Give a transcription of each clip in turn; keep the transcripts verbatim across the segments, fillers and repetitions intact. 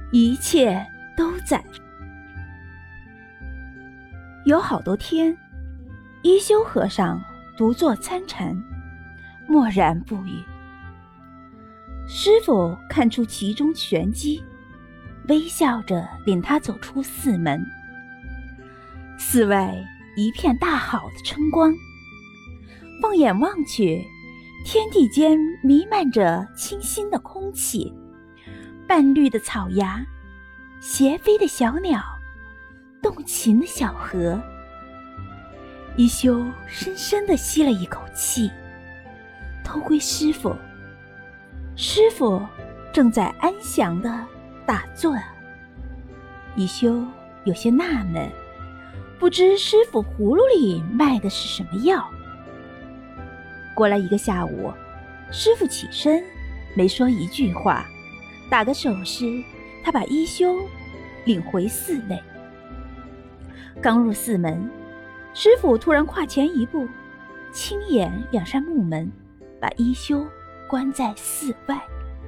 一切都在。有好多天，一休和尚独坐参禅，默然不语。师父看出其中玄机，微笑着领他走出寺门。寺外一片大好的春光，放眼望去，天地间弥漫着清新的空气，半绿的草芽，斜飞的小鸟，动情的小河。一休深深地吸了一口气，偷窥师父。师父正在安详地打坐。一休有些纳闷，不知师父葫芦里卖的是什么药。过了一个下午，师父起身，没说一句话，打个手势，他把一休领回寺内。刚入寺门，师父突然跨前一步，轻掩两扇木门，把一休关在寺外。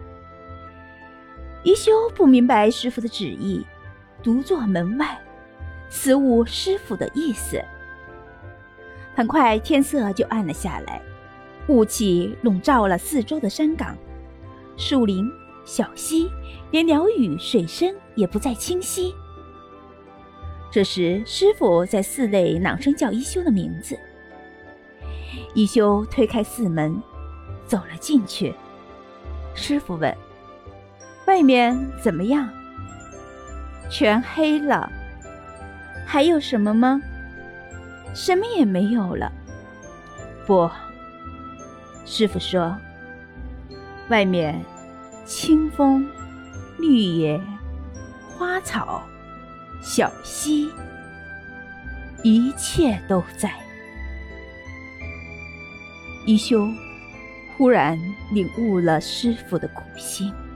一休不明白师父的旨意，独坐门外，似悟师父的意思。很快天色就暗了下来，雾气笼罩了四周的山岗，树林、小溪，连鸟语水声也不再清晰。这时师父在寺内朗声叫一休的名字。一休推开寺门，走了进去。师父问：外面怎么样？全黑了。还有什么吗？什么也没有了。不，师父说，外面清风、绿野、花草、小溪，一切都在。一休忽然领悟了师父的苦心。